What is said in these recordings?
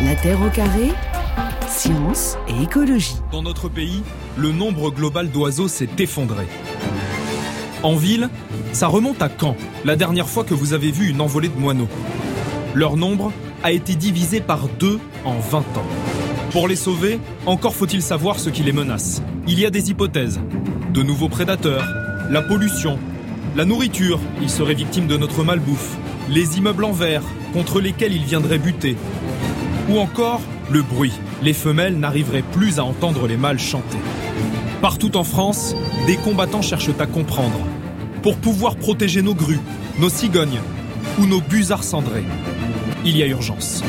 La Terre au carré, science et écologie. Dans notre pays, le nombre global d'oiseaux s'est effondré. En ville, ça remonte à quand, la dernière fois que vous avez vu une envolée de moineaux? Leur nombre a été divisé par 2 en 20 ans. Pour les sauver, encore faut-il savoir ce qui les menace. Il y a des hypothèses. De nouveaux prédateurs, la pollution, la nourriture, ils seraient victimes de notre malbouffe, les immeubles en verre, contre lesquels ils viendraient buter. Ou encore, le bruit. Les femelles n'arriveraient plus à entendre les mâles chanter. Partout en France, des combattants cherchent à comprendre. Pour pouvoir protéger nos grues, nos cigognes ou nos busards cendrés. Il y a urgence.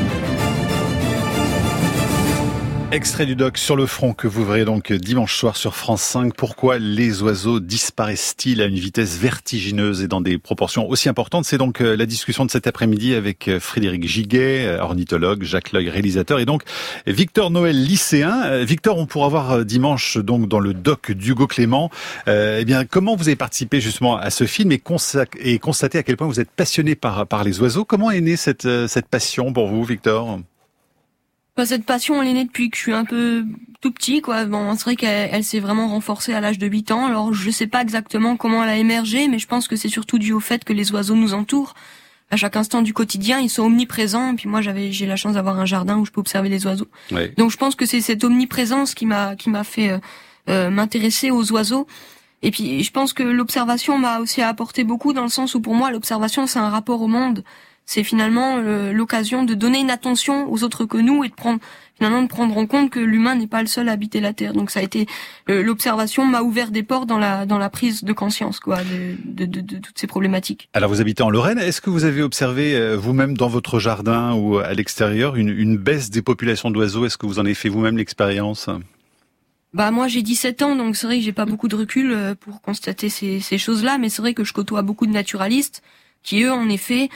Extrait du doc Sur le front que vous verrez donc dimanche soir sur France 5. Pourquoi les oiseaux disparaissent-ils à une vitesse vertigineuse et dans des proportions aussi importantes? C'est donc la discussion de cet après-midi avec Frédéric Giguet, ornithologue, Jacques Loeil, réalisateur, et donc Victor Noël, lycéen. Victor, on pourra voir dimanche donc dans le doc d'Hugo Clément, comment vous avez participé justement à ce film et constaté à quel point vous êtes passionné par les oiseaux. Comment est née cette passion pour vous, Victor? Cette passion, elle est née depuis que je suis un peu tout petit, quoi. Bon, c'est vrai qu'elle s'est vraiment renforcée à l'âge de 8 ans. Alors, je sais pas exactement comment elle a émergé, mais je pense que c'est surtout dû au fait que les oiseaux nous entourent. À chaque instant du quotidien, ils sont omniprésents. Et puis moi, j'ai la chance d'avoir un jardin où je peux observer les oiseaux. Oui. Donc, je pense que c'est cette omniprésence qui m'a fait m'intéresser aux oiseaux. Et puis, je pense que l'observation m'a aussi apporté beaucoup dans le sens où pour moi, l'observation, c'est un rapport au monde. C'est finalement l'occasion de donner une attention aux autres que nous et de prendre en compte que l'humain n'est pas le seul à habiter la Terre. Donc ça a été l'observation m'a ouvert des portes dans la prise de conscience, quoi, de toutes ces problématiques. Alors vous habitez en Lorraine. Est-ce que vous avez observé vous-même dans votre jardin ou à l'extérieur une baisse des populations d'oiseaux? Est-ce que vous en avez fait vous-même l'expérience? Moi j'ai 17 ans, donc c'est vrai que j'ai pas beaucoup de recul pour constater ces choses-là, mais c'est vrai que je côtoie beaucoup de naturalistes qui eux, en effet,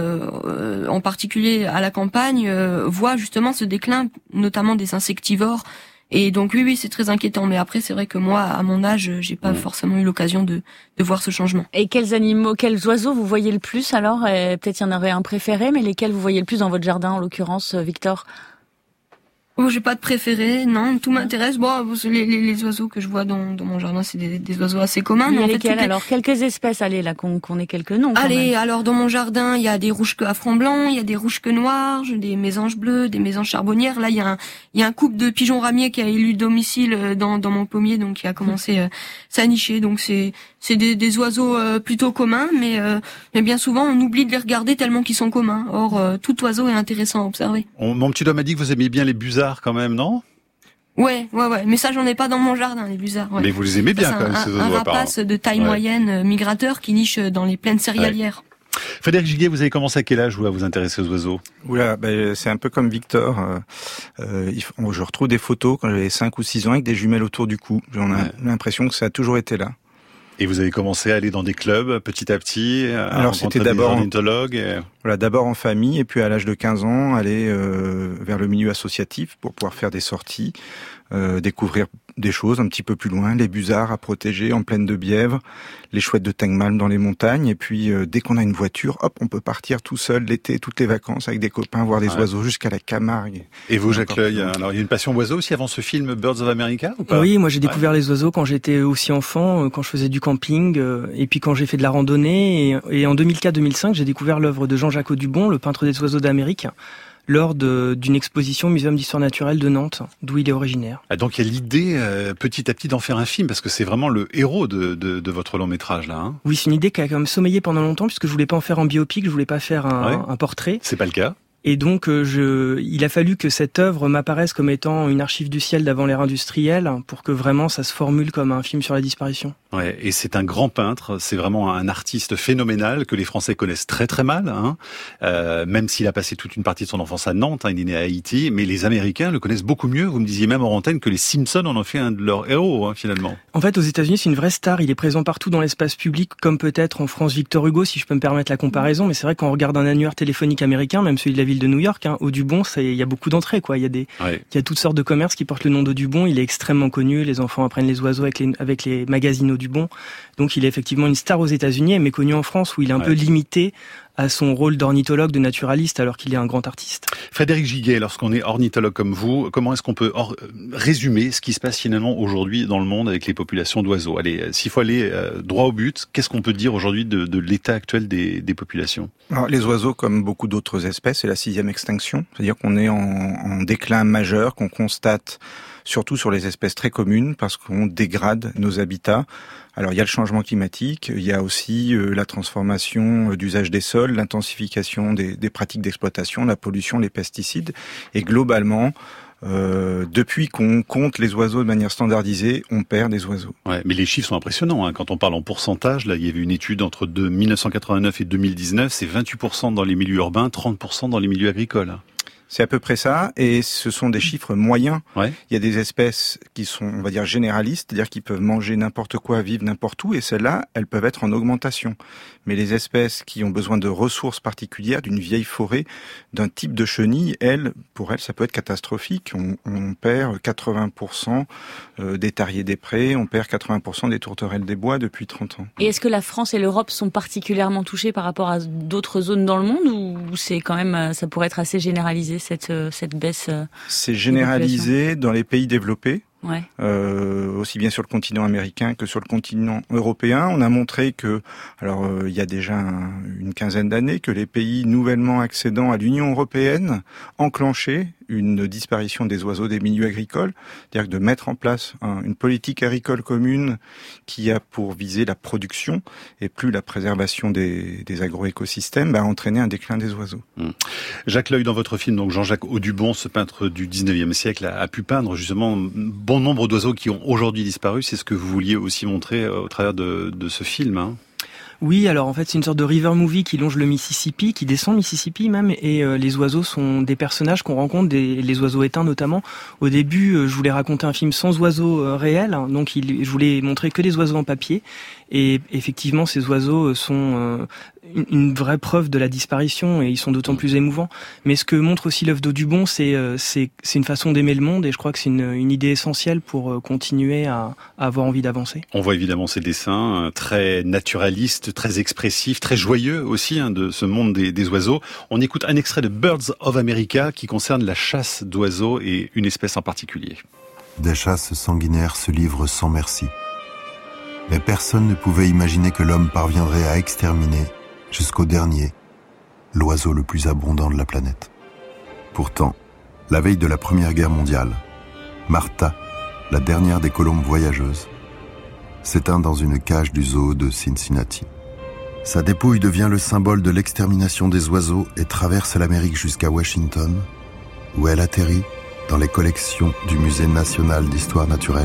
en particulier à la campagne, voient justement ce déclin, notamment des insectivores. Et donc oui, c'est très inquiétant. Mais après, c'est vrai que moi, à mon âge, j'ai pas forcément eu l'occasion de voir ce changement. Et quels oiseaux vous voyez le plus alors? Peut-être il y en aurait un préféré, mais lesquels vous voyez le plus dans votre jardin, en l'occurrence, Victor? J'ai pas de préféré, non, tout m'intéresse. Les oiseaux que je vois dans mon jardin, c'est des oiseaux assez communs. Mais lesquels alors? Quelques espèces, allez, là, qu'on ait quelques noms. Alors dans mon jardin, il y a des rouges-queues à front blanc, il y a des rouges-queues noires, des mésanges bleus, des mésanges charbonnières. Là, il y a un couple de pigeons ramiers qui a élu domicile dans mon pommier, donc qui a commencé à nicher. Donc c'est des oiseaux plutôt communs, mais bien souvent on oublie de les regarder tellement qu'ils sont communs. Or, tout oiseau est intéressant à observer. Mon petit homme m'a dit que vous aimiez bien les busards quand même, non? Ouais. Mais ça, j'en ai pas dans mon jardin, les busards. Ouais. Mais vous les aimez bien, quand même, ces oiseaux. Un rapace de taille moyenne, migrateur, qui niche dans les plaines céréalières. Ouais. Frédéric Giguet, vous avez commencé à quel âge, vous, à vous intéresser aux oiseaux? C'est un peu comme Victor. Je retrouve des photos quand j'avais 5 ou 6 ans avec des jumelles autour du cou. J'en ai l'impression que ça a toujours été là. Et vous avez commencé à aller dans des clubs petit à petit, alors c'était d'abord ornithologues. D'abord en famille, et puis à l'âge de 15 ans, aller vers le milieu associatif pour pouvoir faire des sorties, découvrir des choses un petit peu plus loin, les busards à protéger en plaine de Bièvre, les chouettes de Tengmalm dans les montagnes, et puis dès qu'on a une voiture, hop, on peut partir tout seul l'été, toutes les vacances avec des copains, voir les oiseaux jusqu'à la Camargue. Et vous, Jacques Loeil, alors il y a une passion oiseaux aussi avant ce film Birds of America ou pas? Oui, moi j'ai découvert les oiseaux quand j'étais aussi enfant, quand je faisais du camping, et puis quand j'ai fait de la randonnée, et en 2004-2005, j'ai découvert l'œuvre de Jean-Jacques Audubon, le peintre des oiseaux d'Amérique, lors d'une exposition au Muséum d'Histoire Naturelle de Nantes, d'où il est originaire. Donc il y a l'idée petit à petit d'en faire un film, parce que c'est vraiment le héros de votre long métrage là. Hein. Oui, c'est une idée qui a quand même sommeillé pendant longtemps, puisque je voulais pas en faire un biopic, je voulais pas faire un portrait. C'est pas le cas. Et donc, il a fallu que cette œuvre m'apparaisse comme étant une archive du ciel d'avant l'ère industrielle, pour que vraiment ça se formule comme un film sur la disparition. Ouais, et c'est un grand peintre, c'est vraiment un artiste phénoménal que les Français connaissent très très mal, hein. Même s'il a passé toute une partie de son enfance à Nantes, hein, il est né à Haïti, mais les Américains le connaissent beaucoup mieux. Vous me disiez même en antenne que les Simpsons en ont fait un de leurs héros, hein, finalement. En fait, aux États-Unis, c'est une vraie star. Il est présent partout dans l'espace public, comme peut-être en France Victor Hugo, si je peux me permettre la comparaison. Mais c'est vrai, quand on regarde un annuaire téléphonique américain, même celui de la ville de New York, hein, Audubon, il y a beaucoup d'entrées, quoi. Il y a toutes sortes de commerces qui portent le nom d'Audubon. Il est extrêmement connu. Les enfants apprennent les oiseaux avec les magazines Audubon. Donc, il est effectivement une star aux États-Unis, mais connu en France, où il est un peu limité à son rôle d'ornithologue, de naturaliste, alors qu'il est un grand artiste. Frédéric Giguet, lorsqu'on est ornithologue comme vous, comment est-ce qu'on peut résumer ce qui se passe finalement aujourd'hui dans le monde avec les populations d'oiseaux? Allez, s'il faut aller droit au but, qu'est-ce qu'on peut dire aujourd'hui de l'état actuel des populations? Alors, les oiseaux, comme beaucoup d'autres espèces, c'est la 6e extinction. C'est-à-dire qu'on est en déclin majeur, qu'on constate surtout sur les espèces très communes, parce qu'on dégrade nos habitats. Alors il y a le changement climatique, il y a aussi la transformation d'usage des sols, l'intensification des pratiques d'exploitation, la pollution, les pesticides. Et globalement, depuis qu'on compte les oiseaux de manière standardisée, on perd des oiseaux. Ouais, mais les chiffres sont impressionnants, hein. Quand on parle en pourcentage, là, il y avait une étude entre 1989 et 2019, c'est 28% dans les milieux urbains, 30% dans les milieux agricoles. C'est à peu près ça, et ce sont des chiffres moyens. Ouais. Il y a des espèces qui sont, on va dire, généralistes, c'est-à-dire qu'ils peuvent manger n'importe quoi, vivre n'importe où, et celles-là, elles peuvent être en augmentation. Mais les espèces qui ont besoin de ressources particulières, d'une vieille forêt, d'un type de chenille, pour elles, ça peut être catastrophique. On perd 80% des tariers des prés, on perd 80% des tourterelles des bois depuis 30 ans. Et est-ce que la France et l'Europe sont particulièrement touchées par rapport à d'autres zones dans le monde, ou c'est quand même, ça pourrait être assez généralisé? Cette baisse. C'est généralisé dans les pays développés. Ouais. Aussi bien sur le continent américain que sur le continent européen. On a montré que, il y a déjà une quinzaine d'années, que les pays nouvellement accédant à l'Union européenne enclenchaient une disparition des oiseaux des milieux agricoles, c'est-à-dire de mettre en place une politique agricole commune qui a pour viser la production et plus la préservation des agroécosystèmes, a entraîné un déclin des oiseaux. Jacques L'Oeil, dans votre film, donc Jean-Jacques Audubon, ce peintre du 19e siècle, a pu peindre justement bon nombre d'oiseaux qui ont aujourd'hui disparu. C'est ce que vous vouliez aussi montrer au travers de ce film, hein. Oui, alors en fait c'est une sorte de river movie qui longe le Mississippi, qui descend le Mississippi même, et les oiseaux sont des personnages qu'on rencontre, les oiseaux éteints notamment. Au début, je voulais raconter un film sans oiseaux réels, donc je voulais montrer que des oiseaux en papier, et effectivement ces oiseaux sont une vraie preuve de la disparition, et ils sont d'autant plus émouvants. Mais ce que montre aussi l'œuvre d'Audubon, c'est une façon d'aimer le monde, et je crois que c'est une idée essentielle pour continuer à avoir envie d'avancer. On voit évidemment ces dessins très naturalistes, très expressifs, très joyeux aussi, hein, de ce monde des oiseaux. On écoute un extrait de Birds of America qui concerne la chasse d'oiseaux et une espèce en particulier. Des chasses sanguinaires se livrent sans merci. Mais personne ne pouvait imaginer que l'homme parviendrait à exterminer, jusqu'au dernier, l'oiseau le plus abondant de la planète. Pourtant, la veille de la Première Guerre mondiale, Martha, la dernière des colombes voyageuses, s'éteint dans une cage du zoo de Cincinnati. Sa dépouille devient le symbole de l'extermination des oiseaux et traverse l'Amérique jusqu'à Washington, où elle atterrit dans les collections du Musée national d'histoire naturelle.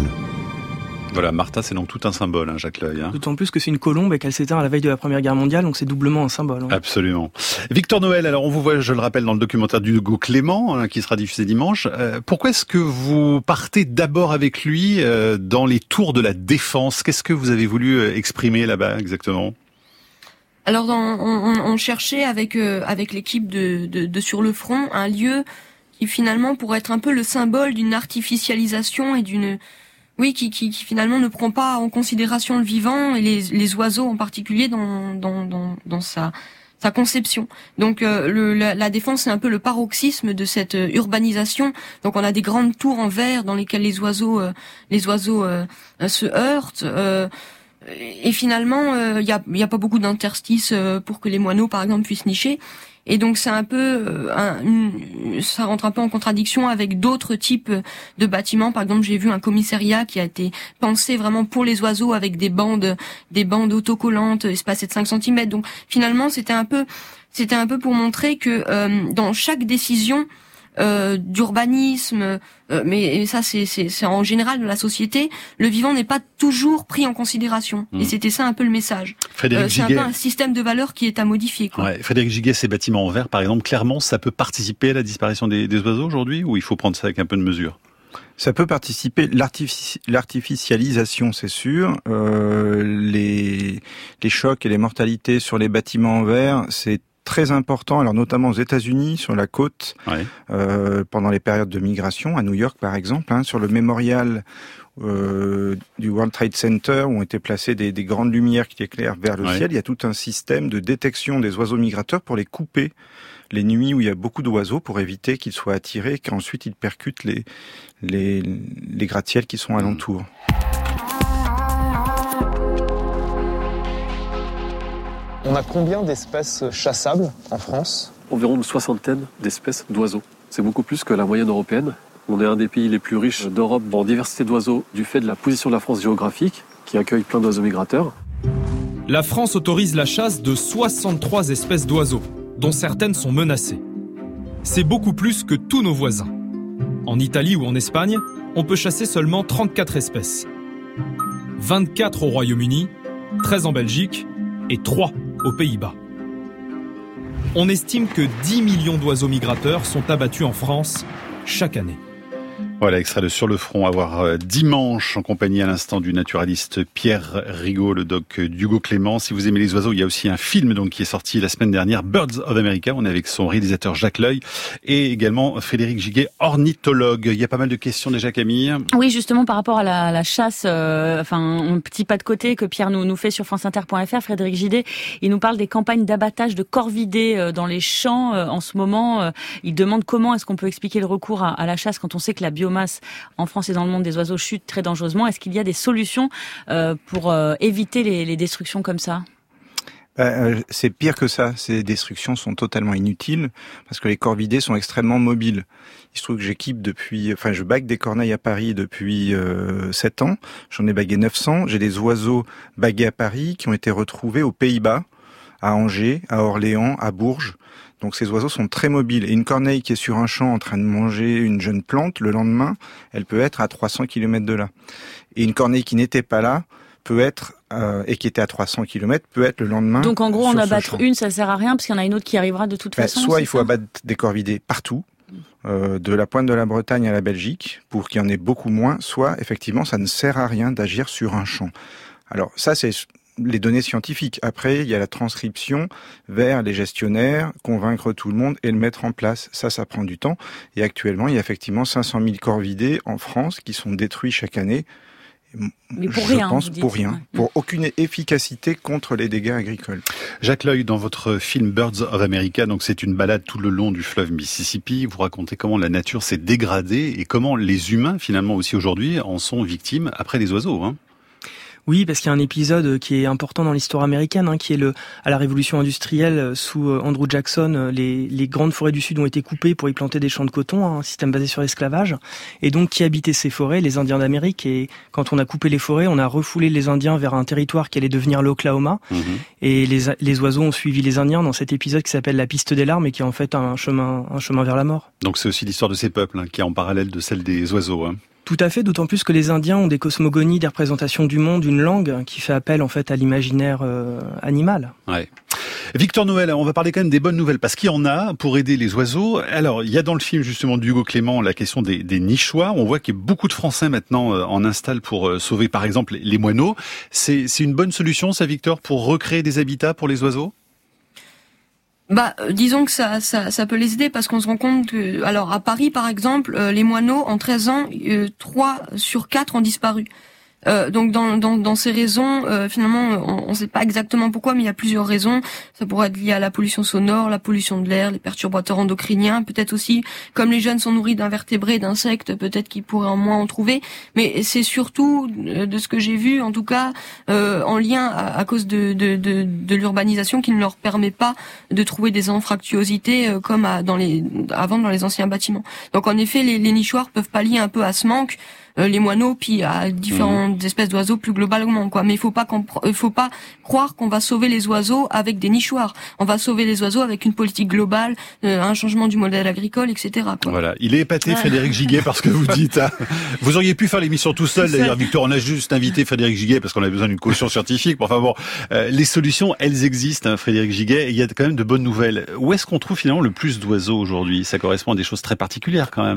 Voilà, Martha, c'est donc tout un symbole, hein, Jacques L'Oeil. Hein. D'autant plus que c'est une colombe et qu'elle s'éteint à la veille de la Première Guerre mondiale, donc c'est doublement un symbole. Hein. Absolument. Victor Noël, alors on vous voit, je le rappelle, dans le documentaire d'Hugo Clément, hein, qui sera diffusé dimanche. Pourquoi est-ce que vous partez d'abord avec lui dans les tours de la Défense? Qu'est-ce que vous avez voulu exprimer là-bas exactement? Alors on cherchait avec l'équipe de Sur le Front un lieu qui finalement pourrait être un peu le symbole d'une artificialisation et qui finalement ne prend pas en considération le vivant et les oiseaux en particulier dans sa conception. Donc la Défense, c'est un peu le paroxysme de cette urbanisation. Donc on a des grandes tours en verre dans lesquelles les oiseaux se heurtent. Et finalement, il y a pas beaucoup d'interstices pour que les moineaux, par exemple, puissent nicher. Et donc c'est un peu, ça rentre un peu en contradiction avec d'autres types de bâtiments. Par exemple, j'ai vu un commissariat qui a été pensé vraiment pour les oiseaux avec des bandes autocollantes espacées de 5 cm. Donc finalement, c'était un peu pour montrer que dans chaque décision d'urbanisme, mais ça c'est en général de la société, le vivant n'est pas toujours pris en considération. Et c'était ça un peu le message. Frédéric c'est Giguet. Un peu un système de valeurs qui est à modifier, quoi. Ouais, Frédéric Giguet, ces bâtiments en verre, par exemple, clairement, ça peut participer à la disparition des oiseaux aujourd'hui, ou il faut prendre ça avec un peu de mesure? Ça peut participer, l'artificialisation, c'est sûr. Les chocs et les mortalités sur les bâtiments en verre, c'est très important, alors notamment aux États-Unis, sur la côte, pendant les périodes de migration, à New York par exemple, sur le mémorial du World Trade Center où ont été placées des grandes lumières qui éclairent vers le ciel. Il y a tout un système de détection des oiseaux migrateurs pour les couper les nuits où il y a beaucoup d'oiseaux pour éviter qu'ils soient attirés et qu'ensuite ils percutent les gratte-ciels qui sont alentour. On a combien d'espèces chassables en France ? Environ une soixantaine d'espèces d'oiseaux. C'est beaucoup plus que la moyenne européenne. On est un des pays les plus riches d'Europe en diversité d'oiseaux du fait de la position de la France géographique qui accueille plein d'oiseaux migrateurs. La France autorise la chasse de 63 espèces d'oiseaux, dont certaines sont menacées. C'est beaucoup plus que tous nos voisins. En Italie ou en Espagne, on peut chasser seulement 34 espèces. 24 au Royaume-Uni, 13 en Belgique et 3 aux Pays-Bas. On estime que 10 millions d'oiseaux migrateurs sont abattus en France chaque année. Voilà, extrait de Sur le front à voir dimanche en compagnie à l'instant du naturaliste Pierre Rigaud, le doc d'Hugo Clément. Si vous aimez les oiseaux, il y a aussi un film donc qui est sorti la semaine dernière, Birds of America. On est avec son réalisateur Jacques L'Oeil et également Frédéric Giguet, ornithologue. Il y a pas mal de questions déjà, Camille. Oui, justement par rapport à la chasse, un petit pas de côté que Pierre nous fait sur franceinter.fr. Frédéric Giguet, il nous parle des campagnes d'abattage de corvidés dans les champs en ce moment. Il demande comment est-ce qu'on peut expliquer le recours à la chasse quand on sait que la biomasse en France et dans le monde des oiseaux chute très dangereusement. Est-ce qu'il y a des solutions pour éviter les destructions comme ça ? C'est pire que ça. Ces destructions sont totalement inutiles parce que les corvidés sont extrêmement mobiles. Il se trouve que je bague des corneilles à Paris depuis 7 ans. J'en ai bagué 900. J'ai des oiseaux bagués à Paris qui ont été retrouvés aux Pays-Bas, à Angers, à Orléans, à Bourges. Donc ces oiseaux sont très mobiles. Et une corneille qui est sur un champ en train de manger une jeune plante, le lendemain, elle peut être à 300 km de là. Et une corneille qui n'était pas là peut être, et qui était à 300 km, peut être le lendemain. Donc en gros, en abattre une, ça sert à rien parce qu'il y en a une autre qui arrivera de toute façon. Soit il faut abattre des corvidés partout, de la pointe de la Bretagne à la Belgique, pour qu'il y en ait beaucoup moins, soit effectivement ça ne sert à rien d'agir sur un champ. Alors ça c'est les données scientifiques. Après, il y a la transcription vers les gestionnaires, convaincre tout le monde et le mettre en place. Ça prend du temps. Et actuellement, il y a effectivement 500 000 corvidés en France qui sont détruits chaque année. Mais pour rien, pense pour rien, pour aucune efficacité contre les dégâts agricoles. Jacques L'Oeil, dans votre film Birds of America, donc c'est une balade tout le long du fleuve Mississippi. Vous racontez comment la nature s'est dégradée et comment les humains, finalement aussi aujourd'hui, en sont victimes après les oiseaux. Oui, parce qu'il y a un épisode qui est important dans l'histoire américaine, qui est à la révolution industrielle sous Andrew Jackson. Les grandes forêts du Sud ont été coupées pour y planter des champs de coton, un système basé sur l'esclavage. Et donc, qui habitait ces forêts ? Les Indiens d'Amérique. Et quand on a coupé les forêts, on a refoulé les Indiens vers un territoire qui allait devenir l'Oklahoma. Et les oiseaux ont suivi les Indiens dans cet épisode qui s'appelle la piste des larmes et qui est en fait un chemin vers la mort. Donc c'est aussi l'histoire de ces peuples qui est en parallèle de celle des oiseaux. Tout à fait, d'autant plus que les Indiens ont des cosmogonies, des représentations du monde, une langue qui fait appel en fait à l'imaginaire animal. Ouais. Victor Noël, on va parler quand même des bonnes nouvelles parce qu'il y en a pour aider les oiseaux. Alors, il y a dans le film justement d'Hugo Clément la question des nichoirs. On voit qu'il y a beaucoup de Français maintenant en installent pour sauver par exemple les moineaux. C'est une bonne solution ça, Victor, pour recréer des habitats pour les oiseaux ? Disons que ça peut les aider parce qu'on se rend compte que, alors à Paris par exemple, les moineaux en 13 ans, 3 sur 4 ont disparu. Donc dans ces raisons, finalement, on ne sait pas exactement pourquoi, mais il y a plusieurs raisons. Ça pourrait être lié à la pollution sonore, la pollution de l'air, les perturbateurs endocriniens, peut-être aussi, comme les jeunes sont nourris d'invertébrés, d'insectes, peut-être qu'ils pourraient en moins en trouver. Mais c'est surtout, de ce que j'ai vu, en tout cas, en lien à cause de l'urbanisation qui ne leur permet pas de trouver des anfractuosités comme dans les anciens bâtiments. Donc en effet, les nichoirs peuvent pallier un peu à ce manque. Les moineaux, puis à différentes espèces d'oiseaux plus globalement, quoi. Mais il faut pas croire qu'on va sauver les oiseaux avec des nichoirs. On va sauver les oiseaux avec une politique globale, un changement du modèle agricole, etc., quoi. Voilà. Il est épaté, Frédéric Giguet, parce que vous dites, vous auriez pu faire l'émission tout seul, d'ailleurs, Victor. On a juste invité Frédéric Giguet parce qu'on a besoin d'une caution scientifique. Enfin bon, les solutions, elles existent, Frédéric Giguet, et il y a quand même de bonnes nouvelles. Où est-ce qu'on trouve finalement le plus d'oiseaux aujourd'hui ? Ça correspond à des choses très particulières quand même, non ?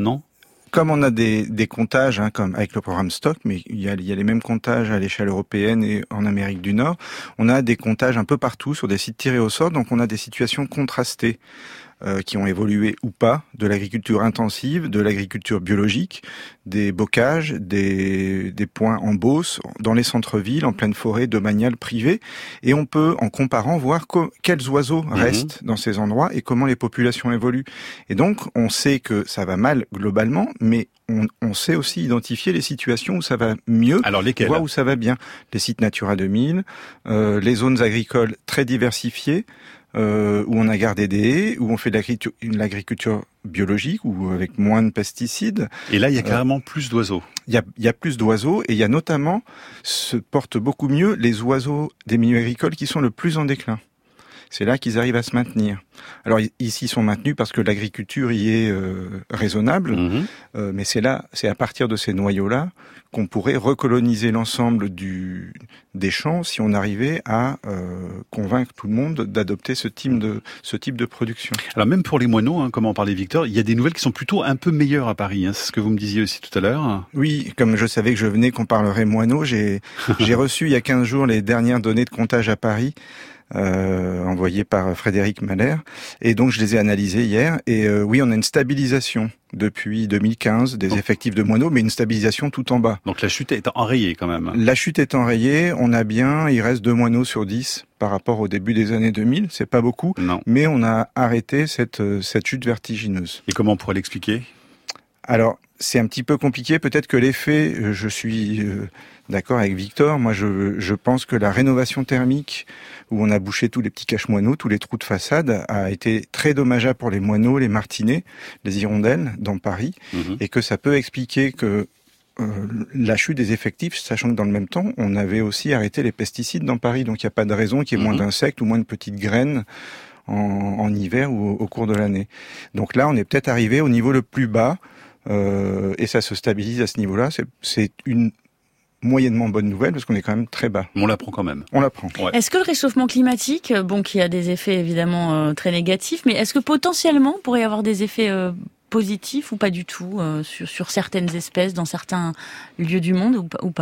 comme on a des comptages, comme avec le programme Stock, mais il y a les mêmes comptages à l'échelle européenne et en Amérique du Nord, on a des comptages un peu partout sur des sites tirés au sort, donc on a des situations contrastées. Qui ont évolué ou pas, de l'agriculture intensive, de l'agriculture biologique, des bocages, des points en Beauce, dans les centres-villes, en pleine forêt, domaniale, privée, et on peut, en comparant, voir quels oiseaux restent dans ces endroits et comment les populations évoluent. Et donc, on sait que ça va mal globalement, mais on sait aussi identifier les situations où ça va mieux, alors lesquelles, voire où ça va bien. Les sites Natura 2000, les zones agricoles très diversifiées, où on a gardé des haies, où on fait de l'agriculture biologique ou avec moins de pesticides. Et là, il y a carrément plus d'oiseaux. Il y a plus d'oiseaux et il y a notamment, se portent beaucoup mieux les oiseaux des milieux agricoles qui sont le plus en déclin. C'est là qu'ils arrivent à se maintenir. Alors ici, ils sont maintenus parce que l'agriculture y est raisonnable, mais c'est à partir de ces noyaux-là qu'on pourrait recoloniser l'ensemble des champs si on arrivait à convaincre tout le monde d'adopter ce type de production. Alors même pour les moineaux, comme en parlait Victor, il y a des nouvelles qui sont plutôt un peu meilleures à Paris. C'est ce que vous me disiez aussi tout à l'heure. Oui, comme je savais que je venais qu'on parlerait moineaux, j'ai reçu il y a 15 jours les dernières données de comptage à Paris. Envoyé par Frédéric Mahler, et donc je les ai analysés hier, et oui, on a une stabilisation depuis 2015 des effectifs de moineaux, mais une stabilisation tout en bas. Donc la chute est enrayée quand même. La chute est enrayée, il reste 2 moineaux sur 10 par rapport au début des années 2000, c'est pas beaucoup, mais on a arrêté cette chute vertigineuse. Et comment on pourrait l'expliquer ? Alors, c'est un petit peu compliqué, peut-être que l'effet, je suis d'accord avec Victor, moi je pense que la rénovation thermique, où on a bouché tous les petits cache-moineaux, tous les trous de façade, a été très dommageable pour les moineaux, les martinets, les hirondelles dans Paris, et que ça peut expliquer que la chute des effectifs, sachant que dans le même temps, on avait aussi arrêté les pesticides dans Paris, donc il n'y a pas de raison qu'il y ait moins d'insectes ou moins de petites graines en hiver ou au cours de l'année. Donc là, on est peut-être arrivé au niveau le plus bas, et ça se stabilise à ce niveau-là. C'est une moyennement bonne nouvelle parce qu'on est quand même très bas. On l'apprend quand même. On l'apprend. Ouais. Est-ce que le réchauffement climatique, qui a des effets évidemment très négatifs, mais est-ce que potentiellement pourrait y avoir des effets positifs ou pas du tout sur certaines espèces dans certains lieux du monde ou pas ?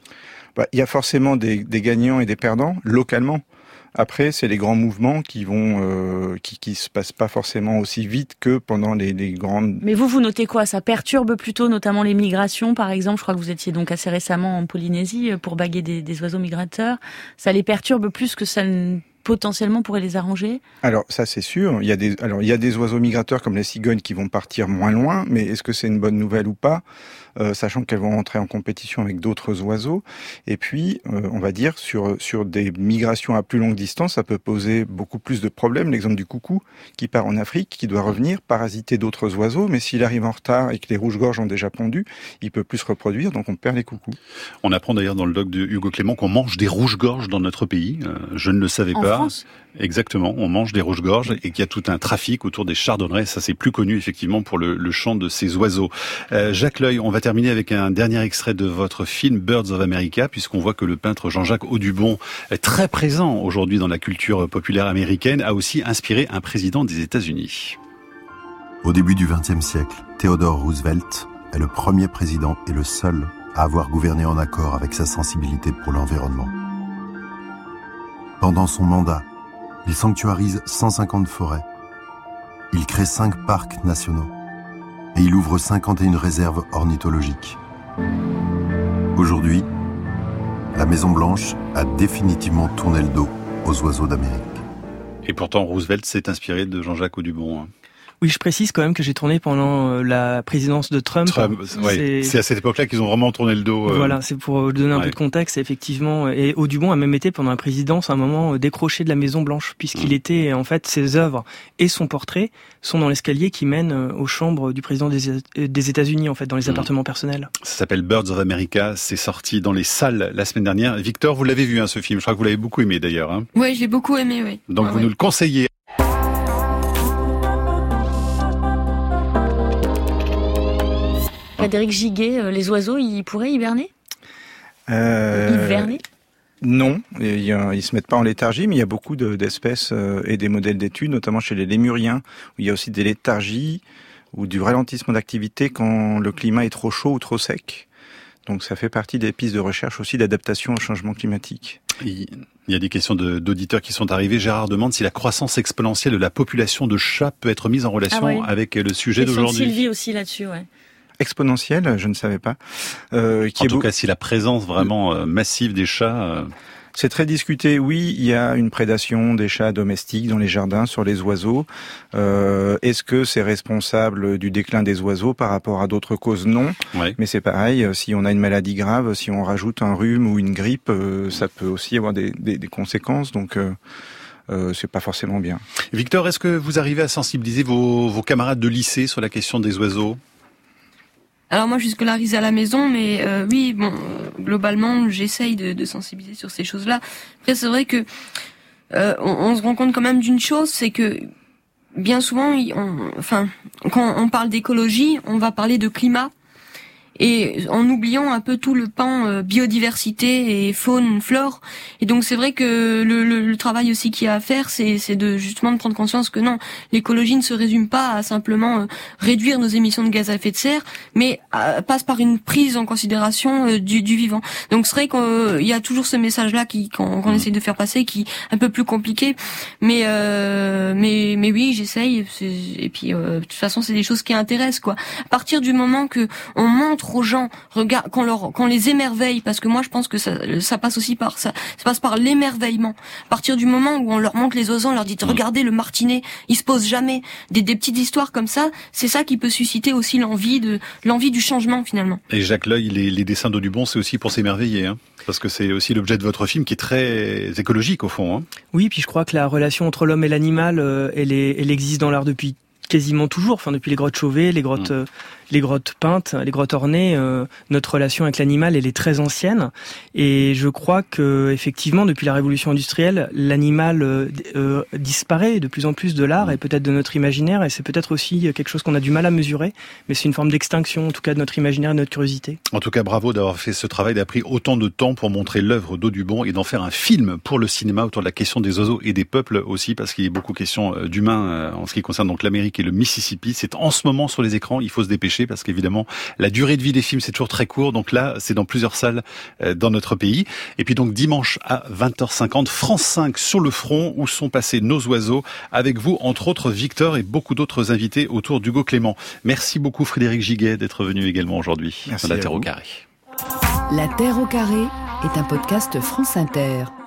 Il y a forcément des gagnants et des perdants localement. Après, c'est les grands mouvements qui vont, qui se passent pas forcément aussi vite que pendant les grandes. Mais vous notez quoi ? Ça perturbe plutôt, notamment les migrations, par exemple. Je crois que vous étiez donc assez récemment en Polynésie pour baguer des oiseaux migrateurs. Ça les perturbe plus que ça potentiellement pourrait les arranger ? Alors ça c'est sûr. Il y a des oiseaux migrateurs comme les cigognes qui vont partir moins loin, mais est-ce que c'est une bonne nouvelle ou pas ? Sachant qu'elles vont entrer en compétition avec d'autres oiseaux. Et puis, on va dire, sur des migrations à plus longue distance, ça peut poser beaucoup plus de problèmes. L'exemple du coucou qui part en Afrique, qui doit revenir, parasiter d'autres oiseaux, mais s'il arrive en retard et que les rouges-gorges ont déjà pondu, il peut plus se reproduire, donc on perd les coucous. On apprend d'ailleurs dans le doc de Hugo Clément qu'on mange des rouges-gorges dans notre pays. Je ne le savais pas. En France ? Exactement, on mange des rouges-gorges et qu'il y a tout un trafic autour des chardonnerets. Ça, c'est plus connu effectivement pour le chant de ces oiseaux. Jacques L'Oeil, on va terminer avec un dernier extrait de votre film Birds of America, puisqu'on voit que le peintre Jean-Jacques Audubon, très présent aujourd'hui dans la culture populaire américaine, a aussi inspiré un président des États-Unis. Au début du XXe siècle, Theodore Roosevelt est le premier président et le seul à avoir gouverné en accord avec sa sensibilité pour l'environnement. Pendant son mandat, il sanctuarise 150 forêts. Il crée 5 parcs nationaux. Et il ouvre 51 réserves ornithologiques. Aujourd'hui, la Maison-Blanche a définitivement tourné le dos aux oiseaux d'Amérique. Et pourtant, Roosevelt s'est inspiré de Jean-Jacques Audubon. Oui, je précise quand même que j'ai tourné pendant la présidence de Trump. C'est à cette époque-là qu'ils ont vraiment tourné le dos. Voilà, c'est pour donner un peu de contexte, effectivement. Et Audubon a même été pendant la présidence à un moment décroché de la Maison Blanche, puisqu'il était, en fait, ses œuvres et son portrait sont dans l'escalier qui mène aux chambres du président des États-Unis, en fait, dans les appartements personnels. Ça s'appelle Birds of America, c'est sorti dans les salles la semaine dernière. Victor, vous l'avez vu, ce film, je crois que vous l'avez beaucoup aimé d'ailleurs. Oui, j'ai beaucoup aimé, oui. Donc vous nous le conseillez. Frédéric Giguet, les oiseaux, ils pourraient hiberner ? Hiverner ? Non, ils se mettent pas en léthargie, mais il y a beaucoup d'espèces et des modèles d'études, notamment chez les lémuriens, où il y a aussi des léthargies. ou du ralentissement d'activité quand le climat est trop chaud ou trop sec. Donc ça fait partie des pistes de recherche aussi d'adaptation au changement climatique. Il y a des questions d'auditeurs qui sont arrivées. Gérard demande si la croissance exponentielle de la population de chats peut être mise en relation avec le sujet d'aujourd'hui. Sylvie aussi là-dessus, ouais. Exponentielle, je ne savais pas. En tout cas, si la présence vraiment massive des chats... C'est très discuté. Oui, il y a une prédation des chats domestiques dans les jardins sur les oiseaux. Est-ce que c'est responsable du déclin des oiseaux par rapport à d'autres causes? Non. Ouais. Mais c'est pareil, si on a une maladie grave, si on rajoute un rhume ou une grippe, ça peut aussi avoir des conséquences. Donc c'est pas forcément bien. Victor, est-ce que vous arrivez à sensibiliser vos camarades de lycée sur la question des oiseaux? Alors moi, je suis scolarisée à la maison, mais oui, bon, globalement, j'essaye de sensibiliser sur ces choses-là. Après, c'est vrai que on se rend compte quand même d'une chose, c'est que bien souvent, quand on parle d'écologie, on va parler de climat. Et en oubliant un peu tout le pan biodiversité et faune, flore. Et donc c'est vrai que le travail aussi qu'il y a à faire, c'est de justement de prendre conscience que non, l'écologie ne se résume pas à simplement réduire nos émissions de gaz à effet de serre, mais passe par une prise en considération du vivant. Donc c'est vrai qu'il y a toujours ce message-là qu'on essaie de faire passer, qui est un peu plus compliqué. Mais oui, j'essaye. Et puis de toute façon, c'est des choses qui intéressent, quoi. À partir du moment que on montre aux gens, qu'on les émerveille, parce que moi je pense que ça passe aussi par ça passe par l'émerveillement. À partir du moment où on leur montre les oiseaux, on leur dit regardez le martinet, il se pose jamais, des petites histoires comme ça, c'est ça qui peut susciter aussi l'envie du changement finalement. Et Jacques L'Oeil, les dessins d'Audubon, c'est aussi pour s'émerveiller, hein, parce que c'est aussi l'objet de votre film qui est très écologique au fond. Hein. Oui, puis je crois que la relation entre l'homme et l'animal, elle existe dans l'art depuis quasiment toujours, enfin depuis les grottes Chauvet, les grottes peintes, les grottes ornées, notre relation avec l'animal, elle est très ancienne. Et je crois que effectivement, depuis la révolution industrielle, l'animal disparaît de plus en plus de l'art et peut-être de notre imaginaire. Et c'est peut-être aussi quelque chose qu'on a du mal à mesurer, mais c'est une forme d'extinction, en tout cas de notre imaginaire et de notre curiosité. En tout cas, bravo d'avoir fait ce travail, d'avoir pris autant de temps pour montrer l'œuvre d'Audubon et d'en faire un film pour le cinéma autour de la question des oiseaux et des peuples aussi, parce qu'il y a beaucoup question d'humains en ce qui concerne donc l'Amérique et le Mississippi. C'est en ce moment sur les écrans, il faut se dépêcher parce qu'évidemment la durée de vie des films c'est toujours très court, donc là c'est dans plusieurs salles dans notre pays. Et puis donc dimanche à 20h50, France 5 sur le front où sont passés nos oiseaux, avec vous entre autres Victor et beaucoup d'autres invités autour d'Hugo Clément. Merci beaucoup Frédéric Giguet d'être venu également aujourd'hui dans La Terre au carré. La Terre au carré est un podcast France Inter.